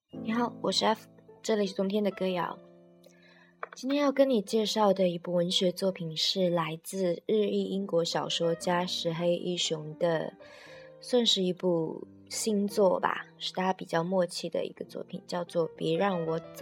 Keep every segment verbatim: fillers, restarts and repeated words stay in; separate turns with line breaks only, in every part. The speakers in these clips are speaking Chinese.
你好，我是 F， 这里是冬天的歌谣。今天要跟你介绍的一部文学作品是来自日裔英国小说家石黑一雄的，算是一部新作吧，是大家比较默契的一个作品，叫做《别让我走》。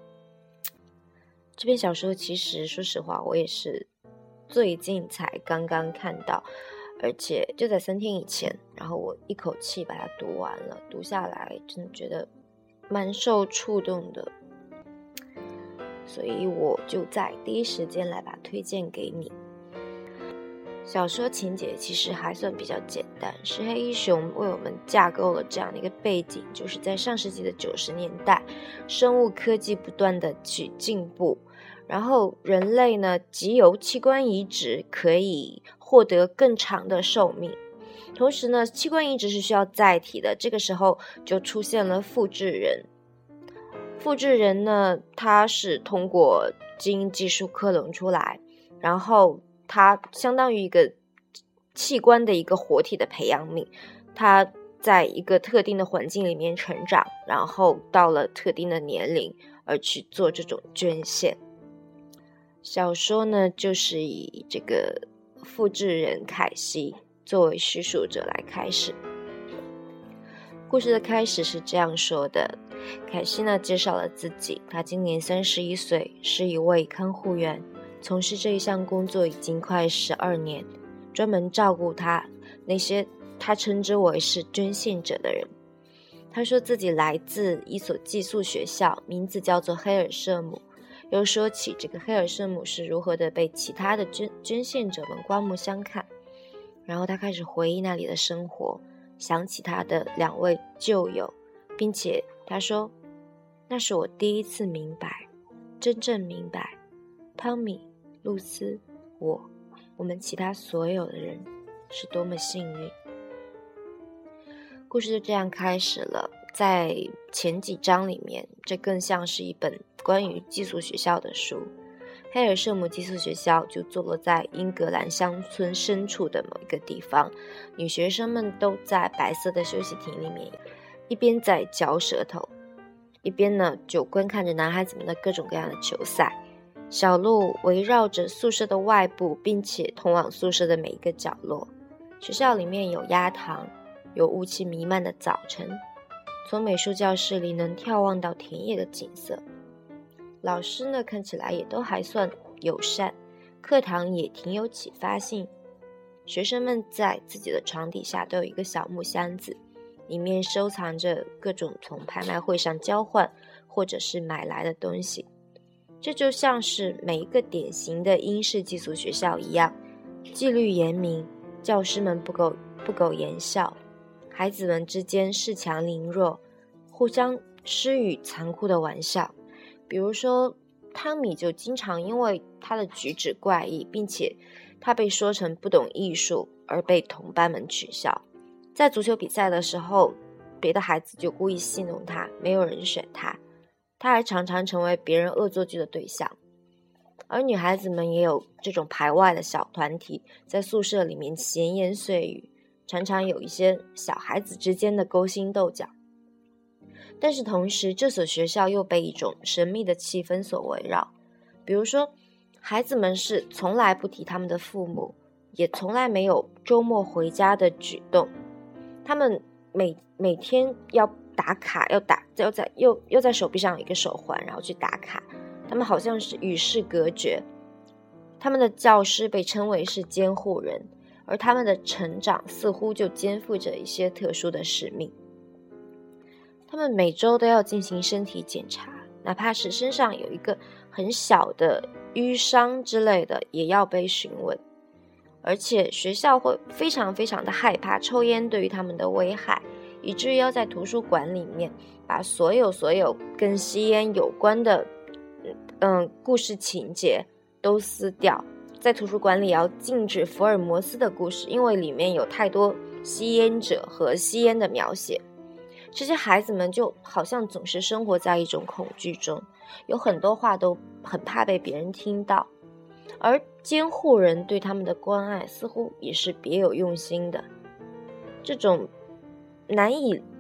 这篇小说其实说实话我也是最近才刚刚看到，而且就在三天以前，然后我一口气把它读完了，读下来真的觉得蛮受触动的，所以我就在第一时间来把它推荐给你。小说情节其实还算比较简单，石黑一雄为我们架构了这样的一个背景，就是在上世纪的九十年代，生物科技不断的去进步，然后人类呢藉由器官移植可以获得更长的寿命，同时呢器官移植是需要载体的，这个时候就出现了复制人。复制人呢，它是通过基因技术克隆出来，然后它相当于一个器官的一个活体的培养皿，它在一个特定的环境里面成长，然后到了特定的年龄而去做这种捐献。小说呢就是以这个复制人凯西作为叙述者来开始。故事的开始是这样说的，凯西呢介绍了自己，他今年三十一岁，是一位看护员，从事这一项工作已经快十二年，专门照顾他那些他称之为是捐献者的人。他说自己来自一所寄宿学校，名字叫做黑尔舍姆，又说起这个黑尔舍姆是如何的被其他的捐捐献者们刮目相看。然后他开始回忆那里的生活，想起他的两位旧友，并且他说，那是我第一次明白，真正明白，汤米、露丝、我，我们其他所有的人是多么幸运。故事就这样开始了，在前几章里面，这更像是一本关于寄宿学校的书。黑尔舍姆寄宿学校就坐落在英格兰乡村深处的某一个地方，女学生们都在白色的休息亭里面，一边在嚼舌头，一边呢就观看着男孩子们的各种各样的球赛。小路围绕着宿舍的外部，并且通往宿舍的每一个角落。学校里面有鸭塘，有雾气弥漫的早晨，从美术教室里能眺望到田野的景色。老师呢看起来也都还算友善，课堂也挺有启发性。学生们在自己的床底下都有一个小木箱子，里面收藏着各种从拍卖会上交换或者是买来的东西。这就像是每一个典型的英式寄宿学校一样，纪律严明，教师们不苟不苟言笑，孩子们之间恃强凌弱，互相施予残酷的玩笑。比如说汤米就经常因为他的举止怪异，并且他被说成不懂艺术而被同伴们取笑。在足球比赛的时候，别的孩子就故意戏弄他，没有人选他，他还常常成为别人恶作剧的对象。而女孩子们也有这种排外的小团体，在宿舍里面闲言碎语，常常有一些小孩子之间的勾心斗角。但是同时，这所学校又被一种神秘的气氛所围绕。比如说，孩子们是从来不提他们的父母，也从来没有周末回家的举动。他们每每天要打卡，要打要在又又在手臂上有一个手环，然后去打卡。他们好像是与世隔绝。他们的教师被称为是监护人，而他们的成长似乎就肩负着一些特殊的使命。他们每周都要进行身体检查，哪怕是身上有一个很小的淤伤之类的，也要被询问。而且学校会非常非常的害怕抽烟对于他们的危害，以至于要在图书馆里面把所有所有跟吸烟有关的嗯故事情节都撕掉。在图书馆里要禁止福尔摩斯的故事，因为里面有太多吸烟者和吸烟的描写。这些孩子们就好像总是生活在一种恐惧中，有很多话都很怕被别人听到，而监护人对他们的关爱似乎也是别有用心的。这种难以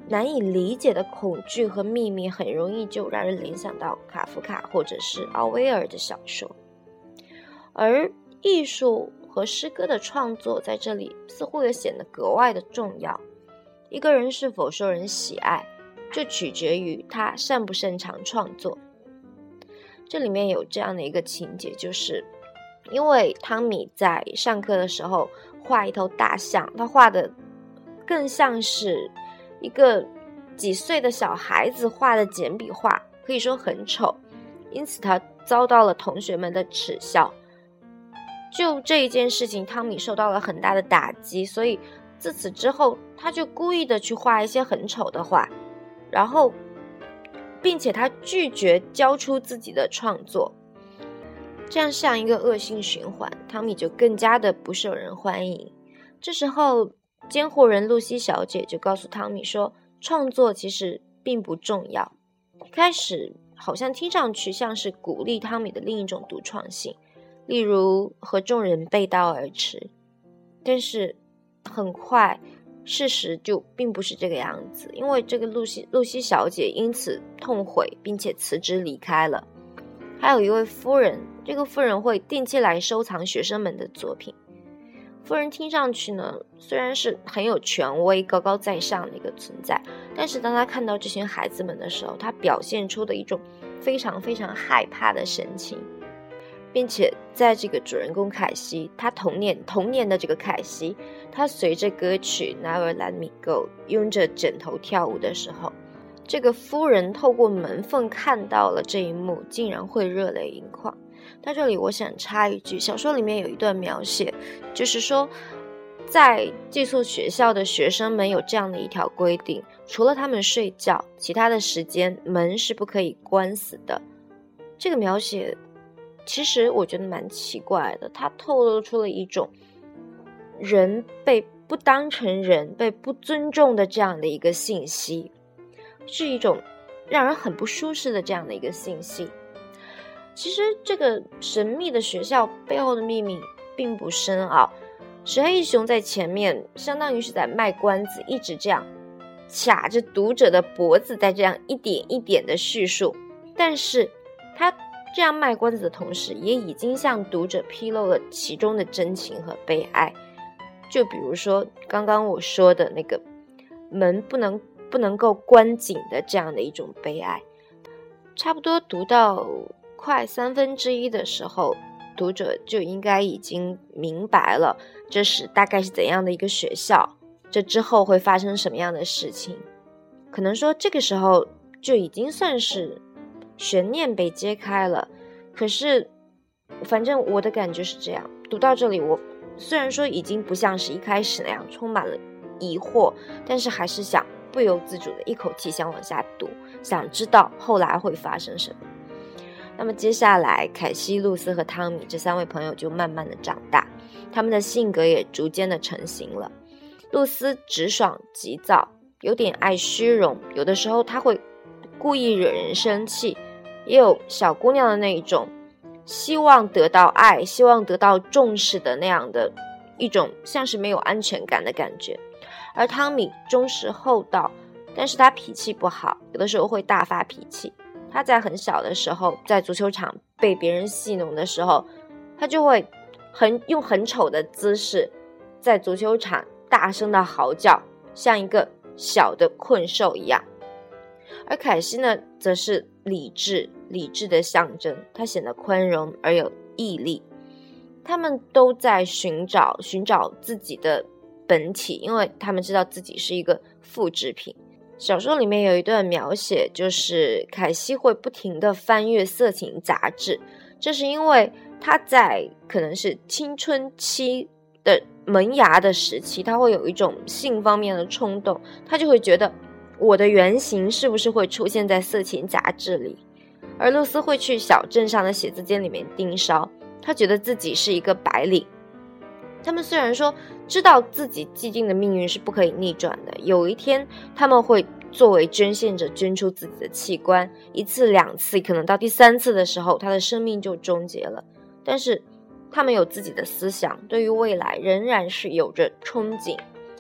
难以理解的恐惧和秘密很容易就让人联想到卡夫卡或者是奥威尔的小说。而艺术和诗歌的创作在这里似乎也显得格外的重要。一个人是否受人喜爱，就取决于他擅不擅长创作。这里面有这样的一个情节，就是因为汤米在上课的时候画一头大象，他画的更像是一个几岁的小孩子画的简笔画，可以说很丑，因此他遭到了同学们的耻笑。就这一件事情，汤米受到了很大的打击，所以自此之后他就故意的去画一些很丑的画，然后并且他拒绝交出自己的创作，这样像一个恶性循环，汤米就更加的不受人欢迎。这时候监护人露西小姐就告诉汤米说，创作其实并不重要。一开始好像听上去像是鼓励汤米的另一种独创性，例如和众人背道而驰，但是很快事实就并不是这个样子，因为这个露西露西小姐因此痛悔并且辞职离开了。还有一位夫人，这个夫人会定期来收藏学生们的作品。夫人听上去呢，虽然是很有权威高高在上的一个存在，但是当她看到这群孩子们的时候，她表现出的一种非常非常害怕的神情，并且在这个主人公凯西，他童年童年的这个凯西，他随着歌曲 Never Let Me Go 拥着枕头跳舞的时候，这个夫人透过门缝看到了这一幕，竟然会热泪盈眶。在这里我想插一句，小说里面有一段描写，就是说在寄宿学校的学生们有这样的一条规定，除了他们睡觉，其他的时间门是不可以关死的。这个描写其实我觉得蛮奇怪的，它透露出了一种人被不当成人，被不尊重的这样的一个信息，是一种让人很不舒适的这样的一个信息。其实这个神秘的学校背后的秘密并不深奥，石黑一雄在前面相当于是在卖关子，一直这样卡着读者的脖子，在这样一点一点的叙述，但是他这样卖关子的同时，也已经向读者披露了其中的真情和悲哀。就比如说刚刚我说的那个门不能不能够关紧的这样的一种悲哀。差不多读到快三分之一的时候，读者就应该已经明白了这是大概是怎样的一个学校，这之后会发生什么样的事情。可能说这个时候就已经算是悬念被揭开了，可是反正我的感觉是这样，读到这里我虽然说已经不像是一开始那样充满了疑惑，但是还是想不由自主的一口气想往下读，想知道后来会发生什么。那么接下来凯西、露丝和汤米这三位朋友就慢慢的长大，他们的性格也逐渐的成型了。露丝直爽急躁，有点爱虚荣，有的时候他会故意惹人生气，也有小姑娘的那一种希望得到爱，希望得到重视的那样的一种像是没有安全感的感觉。而汤米忠实厚道，但是他脾气不好，有的时候会大发脾气。他在很小的时候，在足球场被别人戏弄的时候，他就会很用很丑的姿势在足球场大声的嚎叫，像一个小的困兽一样。而凯西呢，则是理智理智的象征，他显得宽容而有毅力。他们都在寻找寻找自己的本体，因为他们知道自己是一个复制品。小说里面有一段描写，就是凯西会不停地翻阅色情杂志，这是因为他在可能是青春期的萌芽的时期，他会有一种性方面的冲动，他就会觉得我的原型是不是会出现在色情杂志里。而露丝会去小镇上的写字间里面盯梢，他觉得自己是一个白领。他们虽然说知道自己既定的命运是不可以逆转的，有一天他们会作为捐献者捐出自己的器官，一次两次，可能到第三次的时候他的生命就终结了。但是他们有自己的思想，对于未来仍然是有着憧憬。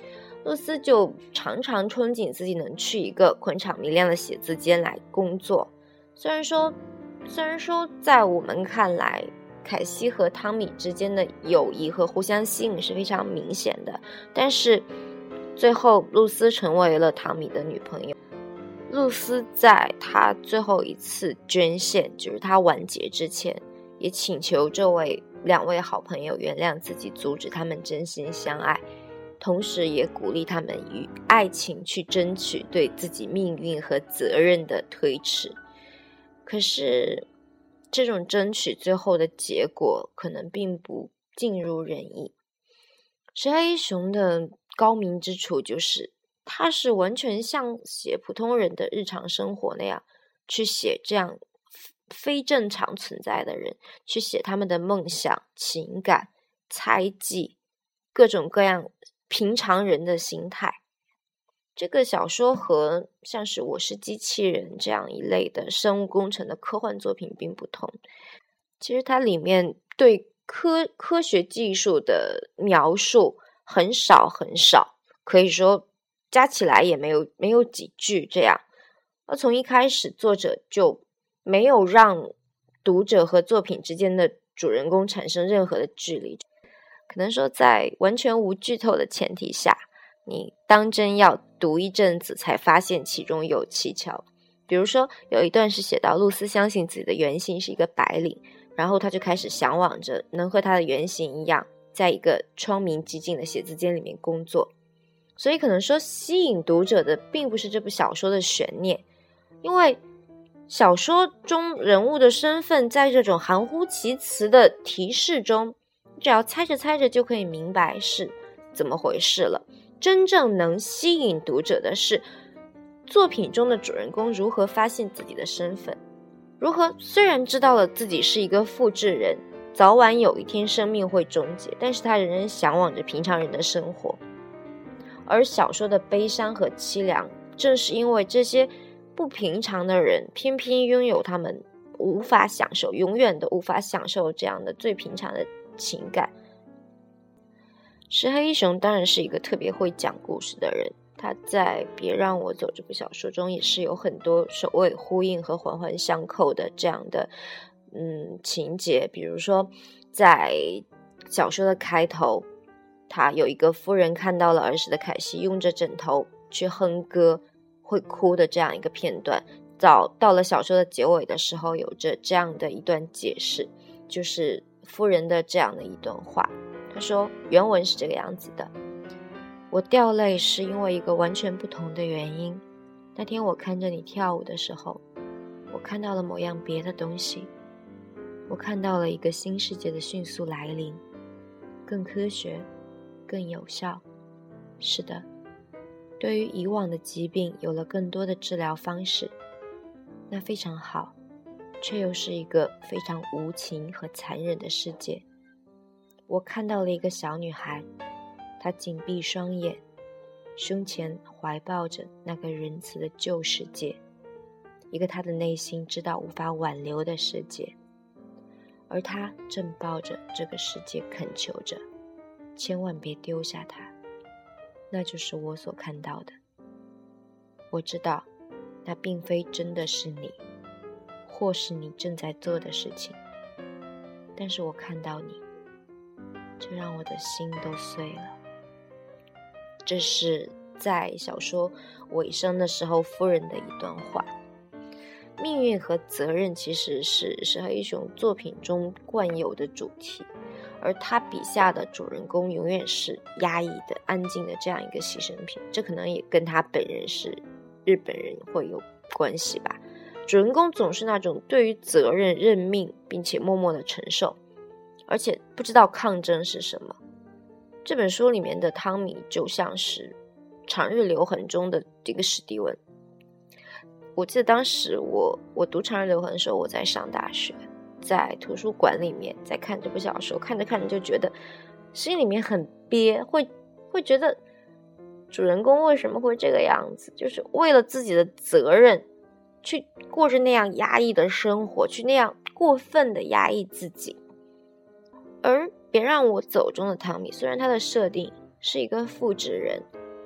露丝就常常憧憬自己能去一个铿锵明亮的写字间来工作。虽然说虽然说在我们看来，凯西和汤米之间的友谊和互相吸引是非常明显的，但是最后露丝成为了汤米的女朋友。露丝在她最后一次捐献，就是她完结之前，也请求这位两位好朋友原谅自己，阻止他们真心相爱，同时也鼓励他们与爱情去争取对自己命运和责任的推迟。可是这种争取最后的结果可能并不尽如人意。石黑一雄的高明之处就是他是完全像写普通人的日常生活那样去写这样非正常存在的人，去写他们的梦想、情感、猜忌，各种各样平常人的心态。这个小说和像是我是机器人这样一类的生物工程的科幻作品并不同。其实它里面对科科学技术的描述很少很少，可以说加起来也没有没有几句这样。而从一开始作者就没有让读者和作品之间的主人公产生任何的距离。可能说在完全无剧透的前提下，你当真要读一阵子才发现其中有蹊跷。比如说有一段是写到露丝相信自己的原型是一个白领，然后他就开始向往着能和他的原型一样，在一个窗明几净的写字间里面工作。所以可能说吸引读者的并不是这部小说的悬念，因为小说中人物的身份在这种含糊其辞的提示中，只要猜着猜着就可以明白是怎么回事了。真正能吸引读者的是作品中的主人公如何发现自己的身份，如何虽然知道了自己是一个复制人，早晚有一天生命会终结，但是他仍然向往着平常人的生活。而小说的悲伤和凄凉，正是因为这些不平常的人偏偏拥有他们无法享受，永远都无法享受这样的最平常的情感。石黑一雄当然是一个特别会讲故事的人，他在《别让我走》这部小说中也是有很多首尾呼应和环环相扣的这样的嗯情节。比如说在小说的开头，他有一个夫人看到了儿时的凯西用着枕头去哼歌会哭的这样一个片段，到到了小说的结尾的时候有着这样的一段解释，就是夫人的这样的一段话。他说原文是这个样子的：我掉泪是因为一个完全不同的原因。那天我看着你跳舞的时候，我看到了某样别的东西，我看到了一个新世界的迅速来临，更科学，更有效。是的，对于以往的疾病有了更多的治疗方式，那非常好，却又是一个非常无情和残忍的世界。我看到了一个小女孩，她紧闭双眼，胸前怀抱着那个仁慈的旧世界，一个她的内心知道无法挽留的世界，而她正抱着这个世界恳求着，千万别丢下它。那就是我所看到的。我知道那并非真的是你，或是你正在做的事情，但是我看到你，这让我的心都碎了。这是在小说尾声的时候夫人的一段话。命运和责任其实是石黑一雄作品中惯有的主题，而他笔下的主人公永远是压抑的、安静的这样一个牺牲品。这可能也跟他本人是日本人会有关系吧。主人公总是那种对于责任认命，并且默默的承受，而且不知道抗争是什么。这本书里面的汤米就像是长日留痕中的这个史蒂文。我记得当时我我读长日留痕的时候，我在上大学，在图书馆里面在看这部小说，看着看着就觉得心里面很憋，会会觉得主人公为什么会这个样子，就是为了自己的责任去过着那样压抑的生活，去那样过分的压抑自己。而别让我走中的汤米，虽然他的设定是一个复制人，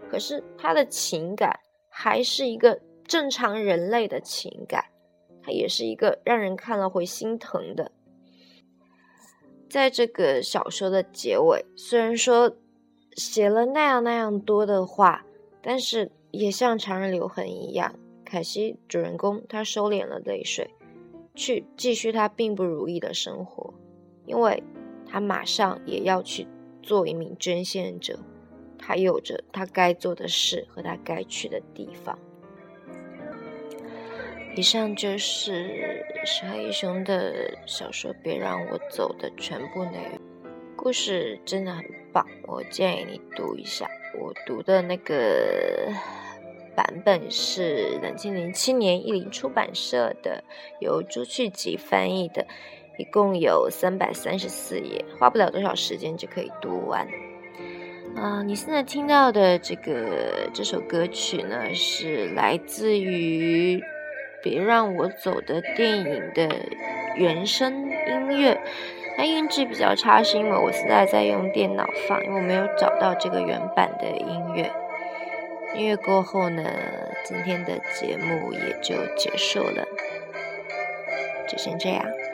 可是他的情感还是一个正常人类的情感，它也是一个让人看了会心疼的。在这个小说的结尾，虽然说写了那样那样多的话，但是也像常人留痕一样，凯西主人公他收敛了泪水，去继续他并不如意的生活，因为他马上也要去做一名捐献者，他有着他该做的事和他该去的地方。以上就是石黑一雄的小说《别让我走》的全部内容。故事真的很棒，我建议你读一下。我读的那个版本是两千零七年译林出版社的，由朱去吉翻译的，一共有三百三十四页，花不了多少时间就可以读完。啊、呃，你现在听到的这个这首歌曲呢，是来自于别让我走的电影的原声音乐。它音质比较差，是因为我现在在用电脑放，因为我没有找到这个原版的音乐。音乐过后呢，今天的节目也就结束了，就先这样。